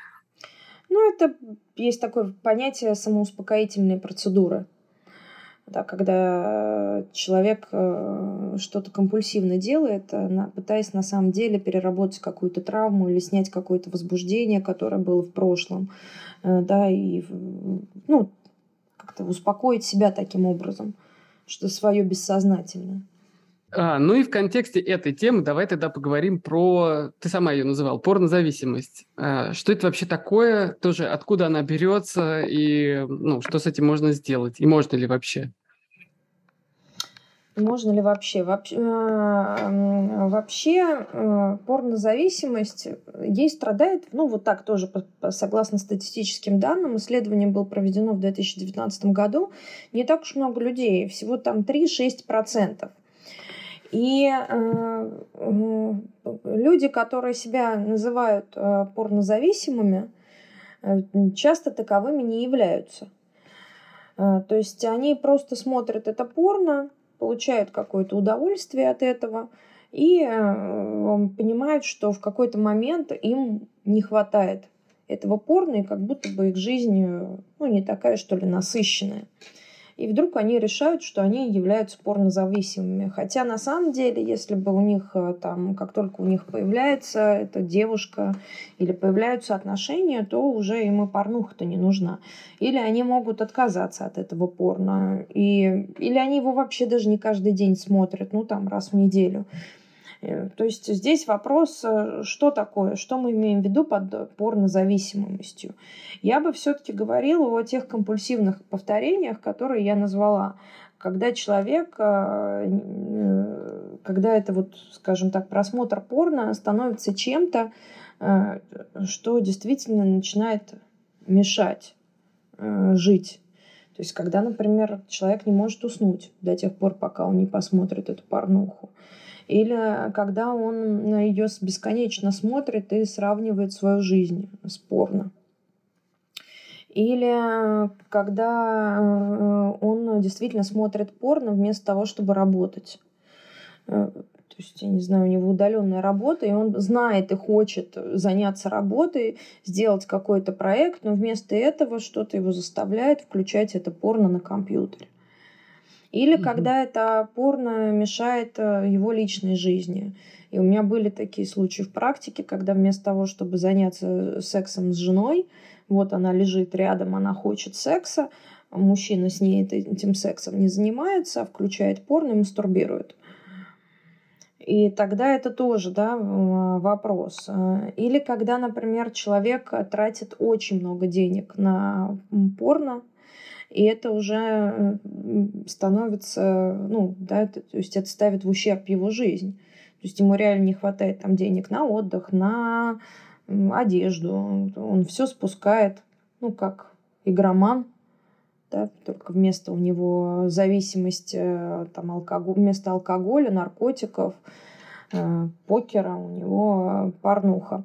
Ну, это есть такое понятие самоуспокоительные процедуры. Да, когда человек э, что-то компульсивно делает, э, на- пытаясь на самом деле переработать какую-то травму или снять какое-то возбуждение, которое было в прошлом, э, да, и в- ну, как-то успокоить себя таким образом, что свое бессознательное. А, ну и в контексте этой темы давай тогда поговорим про, ты сама ее называл, порнозависимость. А, что это вообще такое, тоже откуда она берется и, ну, что с этим можно сделать и можно ли вообще? Можно ли вообще? Вообще, м, вообще э, порнозависимость ей страдает, ну вот так тоже, по- по- согласно статистическим данным, исследование было проведено в две тысячи девятнадцатом году, не так уж много людей, всего там три-шесть процентов. И э, м, люди, которые себя называют э, порнозависимыми, э, часто таковыми не являются. Э, То есть они просто смотрят это порно, получают какое-то удовольствие от этого и э, понимают, что в какой-то момент им не хватает этого порно, и как будто бы их жизнь э, ну, не такая, что ли, насыщенная. И вдруг они решают, что они являются порнозависимыми. Хотя на самом деле, если бы у них э, там, как только у них появляется эта девушка или появляются отношения, то уже им и порнуха-то не нужна. Или они могут отказаться от этого порно. И, или они его вообще даже не каждый день смотрят, ну там раз в неделю. Э, То есть здесь вопрос, э, что такое, что мы имеем в виду под порнозависимостью. Я бы все-таки говорила о тех компульсивных повторениях, которые я назвала. Когда человек, э, э, когда это вот, скажем так, просмотр порно становится чем-то, э, что действительно начинает мешать э, жить. То есть, когда, например, человек не может уснуть до тех пор, пока он не посмотрит эту порнуху. Или когда он ее бесконечно смотрит и сравнивает свою жизнь с порно. Или когда э, он действительно смотрит порно вместо того, чтобы работать. Э, То есть, я не знаю, у него удаленная работа, и он знает и хочет заняться работой, сделать какой-то проект, но вместо этого что-то его заставляет включать это порно на компьютере. Или Мгм. когда это порно мешает э, его личной жизни. И у меня были такие случаи в практике, когда вместо того, чтобы заняться сексом с женой, вот она лежит рядом, она хочет секса, а мужчина с ней это- этим сексом не занимается, а включает порно и мастурбирует. И тогда это тоже, да, вопрос. Или когда, например, человек тратит очень много денег на порно, и это уже становится, ну, да, то есть это ставит в ущерб его жизнь. То есть ему реально не хватает там денег на отдых, на одежду. Он все спускает, ну, как игроман, да, только вместо у него зависимости, там, алкоголь, вместо алкоголя, наркотиков, э, покера у него порнуха.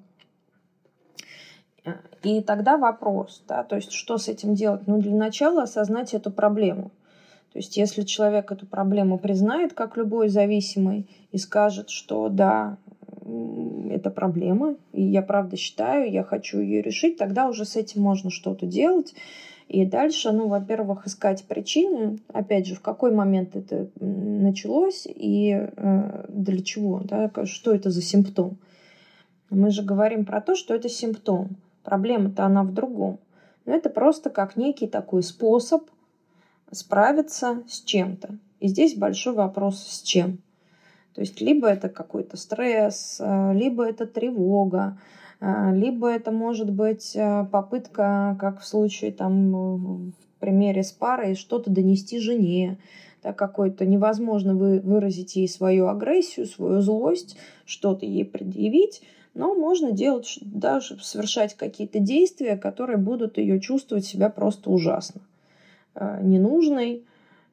И тогда вопрос, да, то есть что с этим делать? Ну, для начала осознать эту проблему. То есть если человек эту проблему признает, как любой зависимый, и скажет, что да, это проблема, и я правда считаю, я хочу ее решить, тогда уже с этим можно что-то делать. И дальше, ну, во-первых, искать причины, опять же, в какой момент это началось и э, для чего, да, что это за симптом. Мы же говорим про то, что это симптом. Проблема-то она в другом. Но это просто как некий такой способ справиться с чем-то. И здесь большой вопрос, с чем. То есть либо это какой-то стресс, либо это тревога, либо это может быть попытка, как в случае там в примере с парой, что-то донести жене, да, какой-то невозможно вы, выразить ей свою агрессию, свою злость, что-то ей предъявить, но можно делать, даже совершать какие-то действия, которые будут ее чувствовать себя просто ужасно. Ненужной,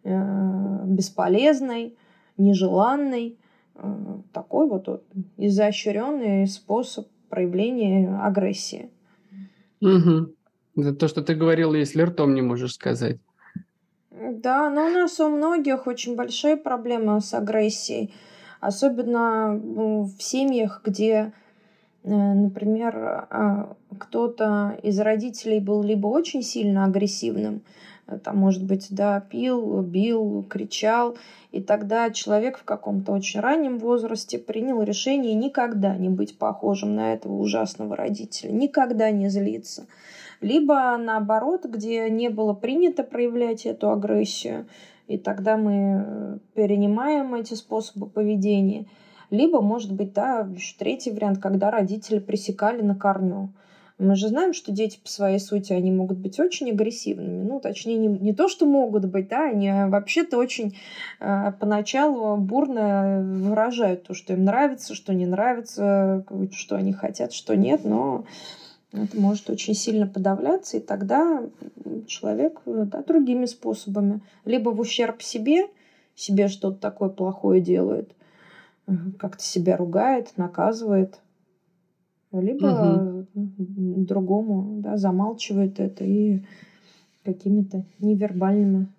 бесполезной, нежеланной. Такой вот изощренный способ проявления агрессии. Угу. Это то, что ты говорила, если ртом не можешь сказать. Да, но у нас у многих очень большие проблемы с агрессией. Особенно в семьях, где, например, кто-то из родителей был либо очень сильно агрессивным, там, может быть, да, пил, бил, кричал, и тогда человек в каком-то очень раннем возрасте принял решение никогда не быть похожим на этого ужасного родителя, никогда не злиться. Либо наоборот, где не было принято проявлять эту агрессию, и тогда мы перенимаем эти способы поведения. Либо, может быть, да, еще третий вариант, когда родители пресекали на корню. Мы же знаем, что дети по своей сути, они могут быть очень агрессивными. Ну, точнее, не, не то, что могут быть, да, они вообще-то очень э, поначалу бурно выражают то, что им нравится, что не нравится, что они хотят, что нет, но это может очень сильно подавляться, и тогда человек, да, другими способами. Либо в ущерб себе, себе что-то такое плохое делает, как-то себя ругает, наказывает, либо угу. другому, да, замалчивает это и какими-то невербальными,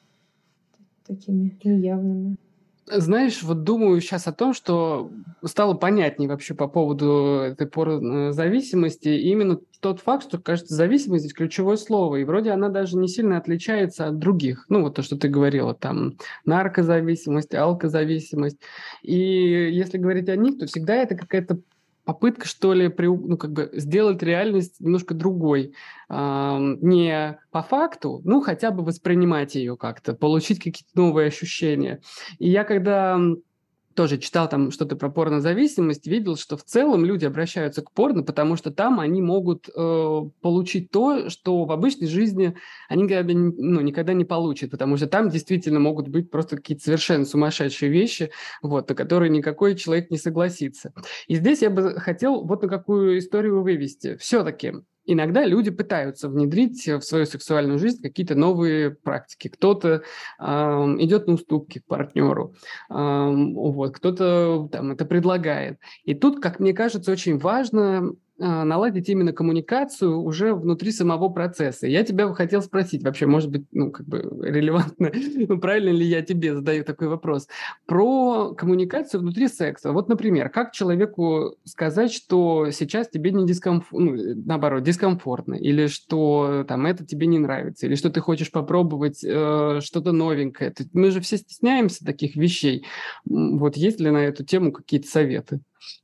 такими неявными. Знаешь, вот думаю сейчас о том, что стало понятнее вообще по поводу этой порнозависимости. Именно тот факт, что, кажется, зависимость здесь ключевое слово. И вроде она даже не сильно отличается от других. Ну, вот то, что ты говорила, там, наркозависимость, алкозависимость. И если говорить о них, то всегда это какая-то попытка, что ли, при, ну, как бы сделать реальность немножко другой. А, не по факту, ну, хотя бы воспринимать ее как-то, получить какие-то новые ощущения. И я когда тоже читал там что-то про порнозависимость, видел, что в целом люди обращаются к порно, потому что там они могут э, получить то, что в обычной жизни они никогда, ну, никогда не получат, потому что там действительно могут быть просто какие-то совершенно сумасшедшие вещи, вот, на которые никакой человек не согласится. И здесь я бы хотел вот на какую историю вывести. Все-таки иногда люди пытаются внедрить в свою сексуальную жизнь какие-то новые практики. Кто-то э, идет на уступки к партнеру, э, вот, кто-то там это предлагает. И тут, как мне кажется, очень важно э, наладить именно коммуникацию уже внутри самого процесса. Я тебя хотел спросить, вообще, может быть, ну, как бы релевантно, ну, правильно ли я тебе задаю такой вопрос, про коммуникацию внутри секса. Вот, например, как человеку сказать, что сейчас тебе не дискомфортно, ну, наоборот, дискомфортно, или что там это тебе не нравится, или что ты хочешь попробовать э, что-то новенькое. Мы же все стесняемся таких вещей. Вот есть ли на эту тему какие-то советы?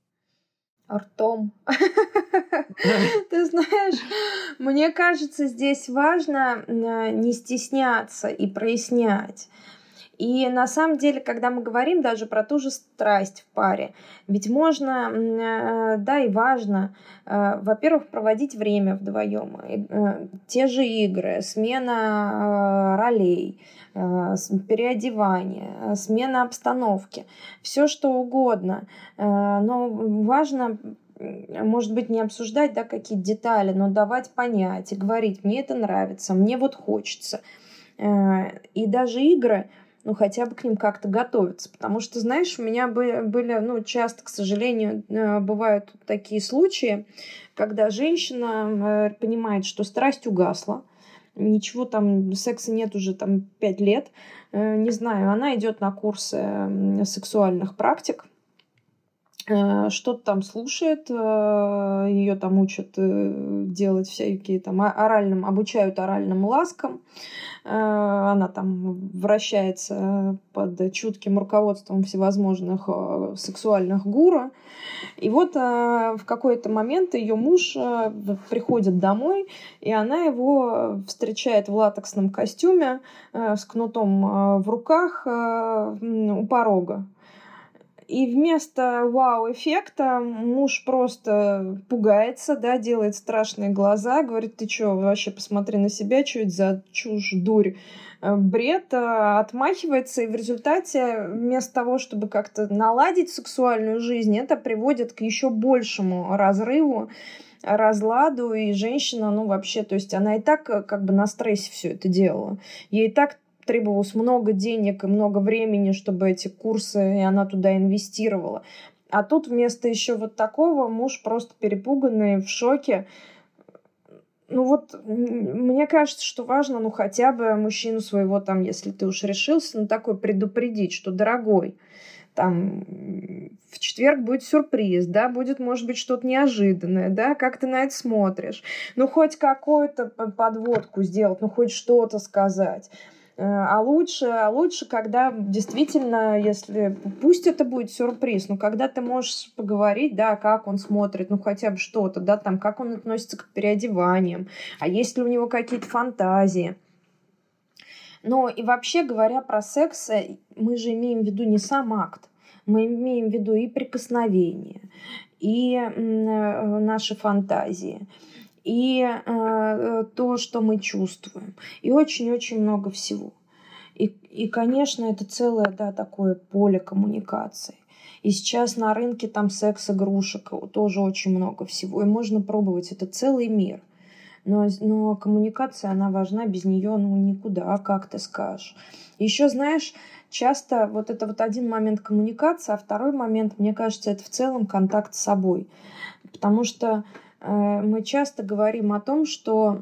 Ртом. Ты знаешь, мне кажется, здесь важно не стесняться и прояснять. И на самом деле, когда мы говорим даже про ту же страсть в паре, ведь можно, да, и важно, во-первых, проводить время вдвоем, те же игры, смена ролей, переодевание, смена обстановки, все что угодно. Но важно, может быть, не обсуждать, да, какие-то детали, но давать понять и говорить: мне это нравится, мне вот хочется. И даже игры, ну, хотя бы к ним как-то готовиться. Потому что, знаешь, у меня были, ну, часто, к сожалению, бывают такие случаи, когда женщина понимает, что страсть угасла, ничего там, секса нет уже там пять лет, не знаю, она идет на курсы сексуальных практик, что-то там слушает, ее там учат делать всякие там оральным, обучают оральным ласкам, она там вращается под чутким руководством всевозможных сексуальных гуру. И вот в какой-то момент ее муж приходит домой, и она его встречает в латексном костюме с кнутом в руках у порога. И вместо вау-эффекта муж просто пугается, да, делает страшные глаза, говорит: ты что, вообще посмотри на себя, что это за чушь, дурь, бред, отмахивается. И в результате вместо того, чтобы как-то наладить сексуальную жизнь, это приводит к еще большему разрыву, разладу. И женщина, ну вообще, то есть она и так как бы на стрессе все это делала. Ей и так требовалось много денег и много времени, чтобы эти курсы, и она туда инвестировала. А тут вместо еще вот такого муж просто перепуганный, в шоке. Ну вот, мне кажется, что важно, ну хотя бы мужчину своего там, если ты уж решился на такой, предупредить, что, дорогой, там в четверг будет сюрприз, да, будет, может быть, что-то неожиданное, да, как ты на это смотришь. Ну хоть какую-то подводку сделать, ну хоть что-то сказать. А лучше, а лучше, когда действительно, если пусть это будет сюрприз, но когда ты можешь поговорить, да, как он смотрит, ну хотя бы что-то, да, там, как он относится к переодеваниям, а есть ли у него какие-то фантазии. Но и вообще, говоря про секс, мы же имеем в виду не сам акт, мы имеем в виду и прикосновения, и наши фантазии, и э, то, что мы чувствуем, и очень-очень много всего. И, и, конечно, это целое, да, такое поле коммуникации. И сейчас на рынке там секс-игрушек тоже очень много всего, и можно пробовать, это целый мир. Но, но коммуникация, она важна, без нее, ну, никуда, как ты скажешь. Еще, знаешь, часто вот это вот один момент коммуникации, а второй момент, мне кажется, это в целом контакт с собой. Потому что мы часто говорим о том, что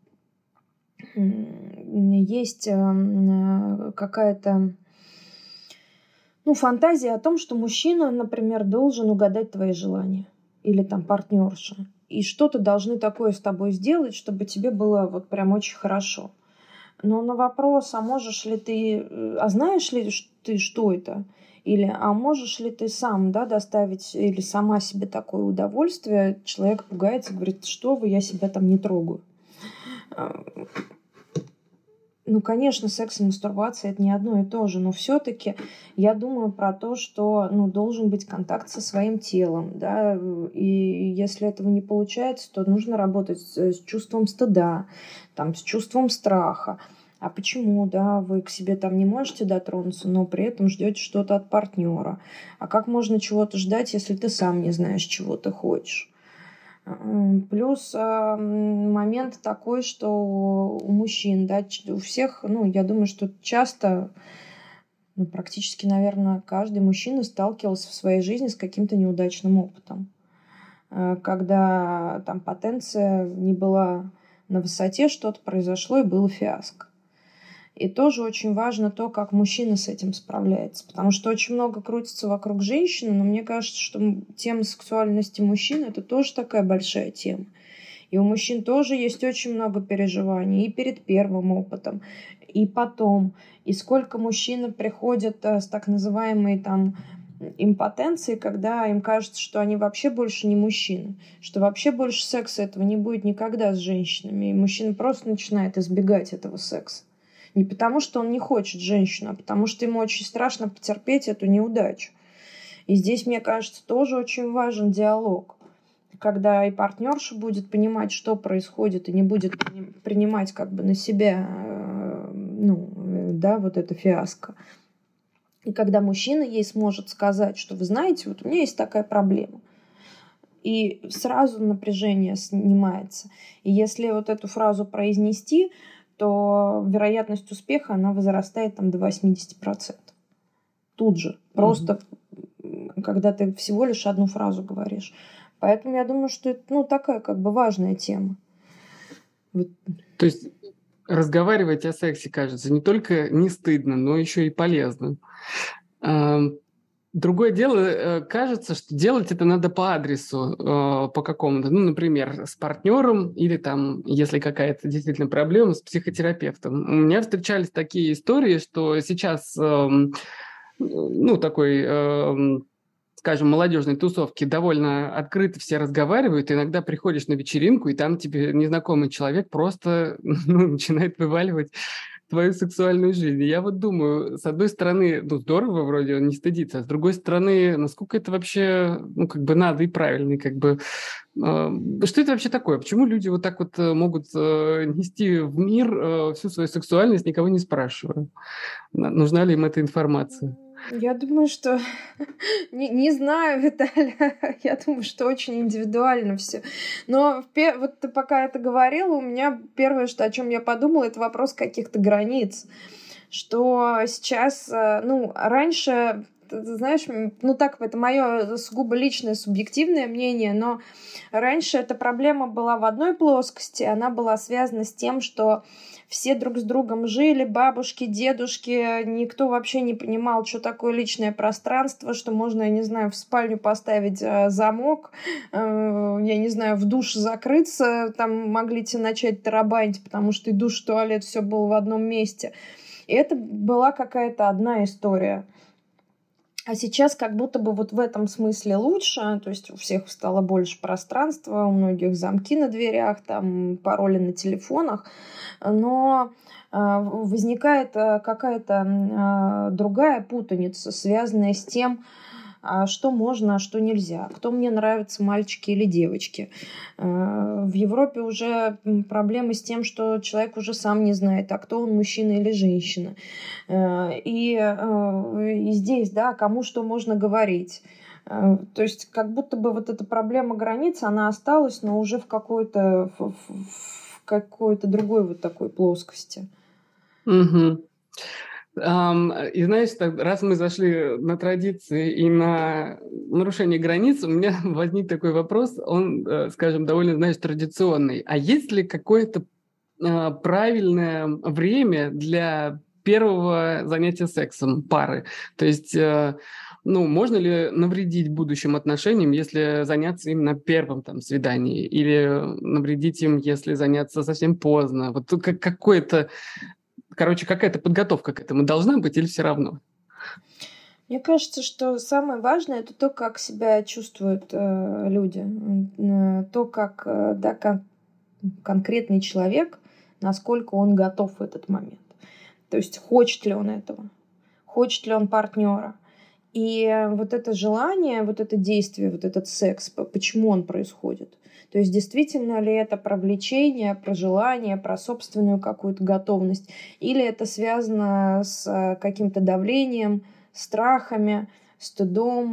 есть какая-то, ну, фантазия о том, что мужчина, например, должен угадать твои желания или там партнерша, и что-то должны такое с тобой сделать, чтобы тебе было вот прям очень хорошо. Но на вопрос, а можешь ли ты, а знаешь ли ты, что это? Или, а можешь ли ты сам, да, доставить или сама себе такое удовольствие? Человек пугается, говорит: что вы, я себя там не трогаю. Ну, конечно, секс и мастурбация – это не одно и то же, но все-таки я думаю про то, что, ну, должен быть контакт со своим телом, да, и если этого не получается, то нужно работать с чувством стыда, там, с чувством страха. А почему, да, вы к себе там не можете дотронуться, но при этом ждете что-то от партнера? А как можно чего-то ждать, если ты сам не знаешь, чего ты хочешь? Плюс момент такой, что у мужчин, да, у всех, ну, я думаю, что часто, ну, практически, наверное, каждый мужчина сталкивался в своей жизни с каким-то неудачным опытом. Когда там потенция не была на высоте, что-то произошло и было фиаско. И тоже очень важно то, как мужчина с этим справляется. Потому что очень много крутится вокруг женщины, но мне кажется, что тема сексуальности мужчин – это тоже такая большая тема. И у мужчин тоже есть очень много переживаний и перед первым опытом, и потом. И сколько мужчин приходят с так называемой там импотенцией, когда им кажется, что они вообще больше не мужчины, что вообще больше секса этого не будет никогда с женщинами. И мужчина просто начинает избегать этого секса. Не потому, что он не хочет женщину, а потому что ему очень страшно потерпеть эту неудачу. И здесь, мне кажется, тоже очень важен диалог, когда и партнерша будет понимать, что происходит, и не будет принимать как бы на себя, ну, да, вот это фиаско. И когда мужчина ей сможет сказать, что вы знаете, вот у меня есть такая проблема. И сразу напряжение снимается. И если вот эту фразу произнести, то вероятность успеха, она возрастает там до восемьдесят процентов. Тут же. Просто mm-hmm. когда ты всего лишь одну фразу говоришь. Поэтому я думаю, что это, ну, такая как бы важная тема. Вот. То есть разговаривать о сексе, кажется, не только не стыдно, но еще и полезно. Другое дело, кажется, что делать это надо по адресу, по какому-то, ну, например, с партнером или там, если какая-то действительно проблема, с психотерапевтом. У меня встречались такие истории, что сейчас, ну, такой, скажем, молодежной тусовки довольно открыто все разговаривают. Иногда приходишь на вечеринку, и там тебе незнакомый человек просто ну, начинает вываливать твою сексуальную жизнь. И я вот думаю, с одной стороны, ну, здорово вроде он не стыдится, а с другой стороны, насколько это вообще, ну, как бы надо и правильно, и как бы... Э, что это вообще такое? Почему люди вот так вот могут э, нести в мир э, всю свою сексуальность, никого не спрашивая? Нужна ли им эта информация? Я думаю, что... не, не знаю, Виталий. Я думаю, что очень индивидуально все. Но вот ты пока это говорила, у меня первое, что, о чем я подумала, это вопрос каких-то границ. Что сейчас... Ну, раньше... Ты знаешь, ну так, это мое сугубо личное, субъективное мнение, но раньше эта проблема была в одной плоскости, она была связана с тем, что все друг с другом жили, бабушки, дедушки, никто вообще не понимал, что такое личное пространство, что можно, я не знаю, в спальню поставить замок, я не знаю, в душ закрыться, там могли тебе начать тарабанить, потому что и душ, и туалет, все было в одном месте. И это была какая-то одна история. А сейчас как будто бы вот в этом смысле лучше, то есть у всех стало больше пространства, у многих замки на дверях, там пароли на телефонах, но возникает какая-то другая путаница, связанная с тем, что можно, а что нельзя, кто мне нравится, мальчики или девочки. В Европе уже проблемы с тем, что человек уже сам не знает, а кто он, мужчина или женщина. И, и здесь, да, кому что можно говорить. То есть как будто бы вот эта проблема границ, она осталась, но уже в какой-то, в, в какой-то другой вот такой плоскости. Угу. Um, и знаешь, раз мы зашли на традиции и на нарушение границ, у меня возник такой вопрос, он, скажем, довольно, знаешь, традиционный. А есть ли какое-то uh, правильное время для первого занятия сексом пары? То есть, uh, ну, можно ли навредить будущим отношениям, если заняться им на первом там свидании? Или навредить им, если заняться совсем поздно? Вот как, какое-то... Короче, какая-то подготовка к этому должна быть или все равно? Мне кажется, что самое важное – это то, как себя чувствуют э, люди. Э, то, как, э, да, как конкретный человек, насколько он готов в этот момент. То есть, хочет ли он этого, хочет ли он партнера. И вот это желание, вот это действие, вот этот секс, почему он происходит. То есть действительно ли это про влечение, про желание, про собственную какую-то готовность, или это связано с каким-то давлением, страхами, стыдом,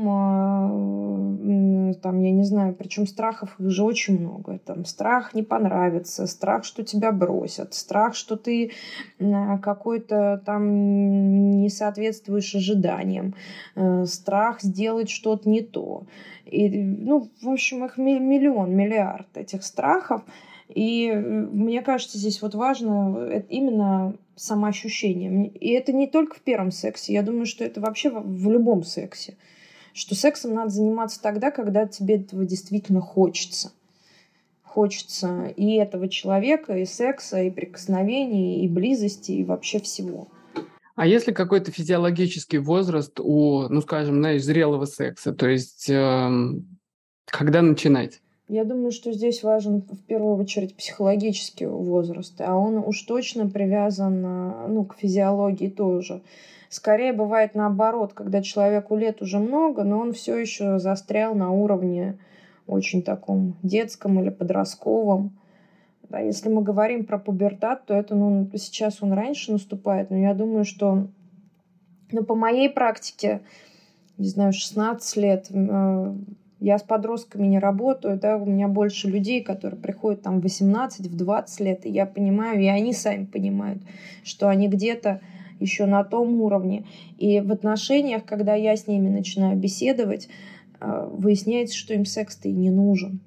там, я не знаю, причем страхов их же очень много. Там страх не понравится, страх, что тебя бросят, страх, что ты какой-то там не соответствуешь ожиданиям, страх сделать что-то не то. И, ну, в общем, их миллион, миллиард этих страхов. И мне кажется, здесь вот важно именно самоощущение. И это не только в первом сексе. Я думаю, что это вообще в любом сексе. Что сексом надо заниматься тогда, когда тебе этого действительно хочется. Хочется и этого человека, и секса, и прикосновений, и близости, и вообще всего. А есть ли какой-то физиологический возраст у, ну, скажем, знаешь, зрелого секса? То есть, э, когда начинать? Я думаю, что здесь важен в первую очередь психологический возраст, а он уж точно привязан, ну, к физиологии тоже. Скорее бывает наоборот, когда человеку лет уже много, но он все еще застрял на уровне очень таком детском или подростковом. Да, если мы говорим про пубертат, то это, ну, сейчас он раньше наступает, но я думаю, что, ну, по моей практике, не знаю, шестнадцать лет, я с подростками не работаю, да, у меня больше людей, которые приходят там в восемнадцать, в двадцать лет, и я понимаю, и они сами понимают, что они где-то еще на том уровне. И в отношениях, когда я с ними начинаю беседовать, выясняется, что им секс-то и не нужен.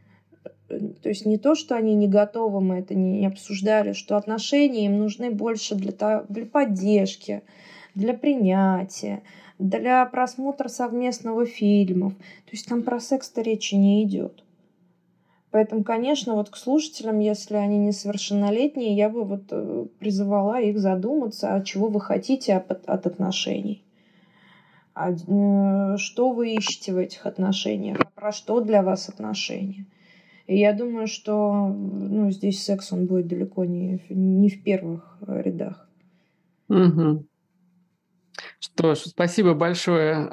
То есть не то, что они не готовы, мы это не обсуждали, что отношения им нужны больше для, для поддержки, для принятия, для просмотра совместного фильмов. То есть там про секс-то речи не идет. Поэтому, конечно, вот к слушателям, если они несовершеннолетние, я бы вот призывала их задуматься, а чего вы хотите от, от отношений. А, э, что вы ищете в этих отношениях, а про что для вас отношения. И я думаю, что, ну, здесь секс, он будет далеко не, не в первых рядах. Угу. Что ж, спасибо большое.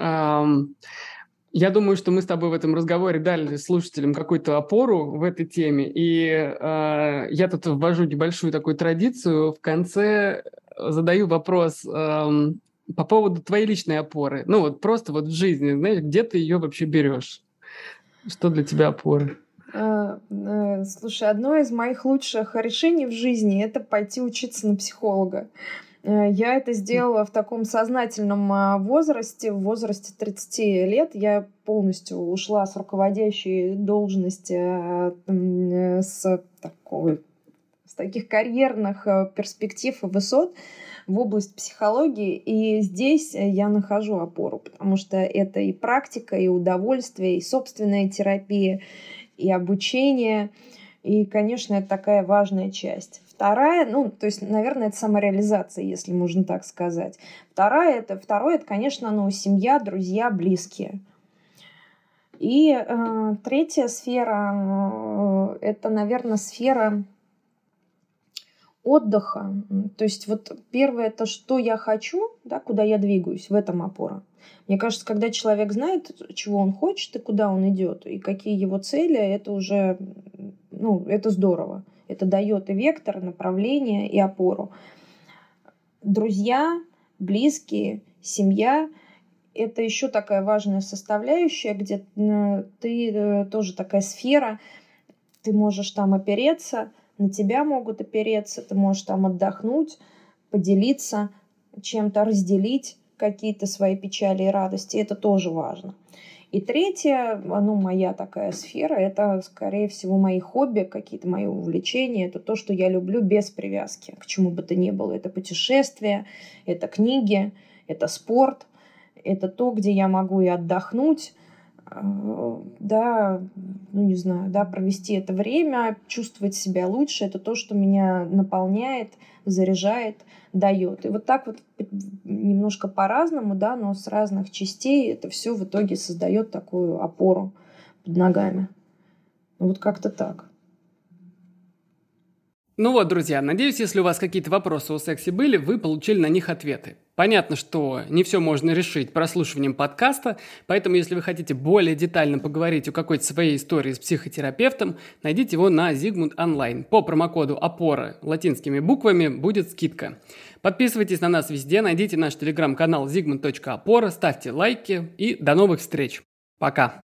Я думаю, что мы с тобой в этом разговоре дали слушателям какую-то опору в этой теме. И я тут ввожу небольшую такую традицию. В конце задаю вопрос по поводу твоей личной опоры. Ну вот просто вот в жизни, знаешь, где ты ее вообще берешь? Что для тебя опора? Слушай, одно из моих лучших решений в жизни – это пойти учиться на психолога. Я это сделала в таком сознательном возрасте, в возрасте тридцати лет. Я полностью ушла с руководящей должности, с, такой, с таких карьерных перспектив и высот в область психологии. И здесь я нахожу опору, потому что это и практика, и удовольствие, и собственная терапия, и обучение. И, конечно, это такая важная часть. Вторая, ну, то есть, наверное, это самореализация, если можно так сказать. Вторая, это, второе, это, конечно, ну, семья, друзья, близкие. И э, третья сфера, э, это, наверное, сфера отдыха. То есть вот первое, это что я хочу, да, куда я двигаюсь, в этом опора. Мне кажется, когда человек знает, чего он хочет и куда он идет, и какие его цели, это уже, ну, это здорово. Это дает и вектор, и направление, и опору. Друзья, близкие, семья – это еще такая важная составляющая, где ты тоже такая сфера, ты можешь там опереться, на тебя могут опереться, ты можешь там отдохнуть, поделиться чем-то, разделить какие-то свои печали и радости. Это тоже важно. И третья, ну, моя такая сфера, это, скорее всего, мои хобби, какие-то мои увлечения. Это то, что я люблю без привязки к чему бы то ни было. Это путешествия, это книги, это спорт, это то, где я могу и отдохнуть, да, ну, не знаю, да, провести это время, чувствовать себя лучше. Это то, что меня наполняет, заряжает, дает. И вот так вот немножко по-разному, да, но с разных частей это все в итоге создает такую опору под ногами. Ну, вот как-то так. Ну вот, друзья, надеюсь, если у вас какие-то вопросы о сексе были, вы получили на них ответы. Понятно, что не все можно решить прослушиванием подкаста, поэтому если вы хотите более детально поговорить о какой-то своей истории с психотерапевтом, найдите его на Zigmund Online. По промокоду «Опора» латинскими буквами будет скидка. Подписывайтесь на нас везде, найдите наш телеграм-канал zigmund точка опора, ставьте лайки и до новых встреч. Пока!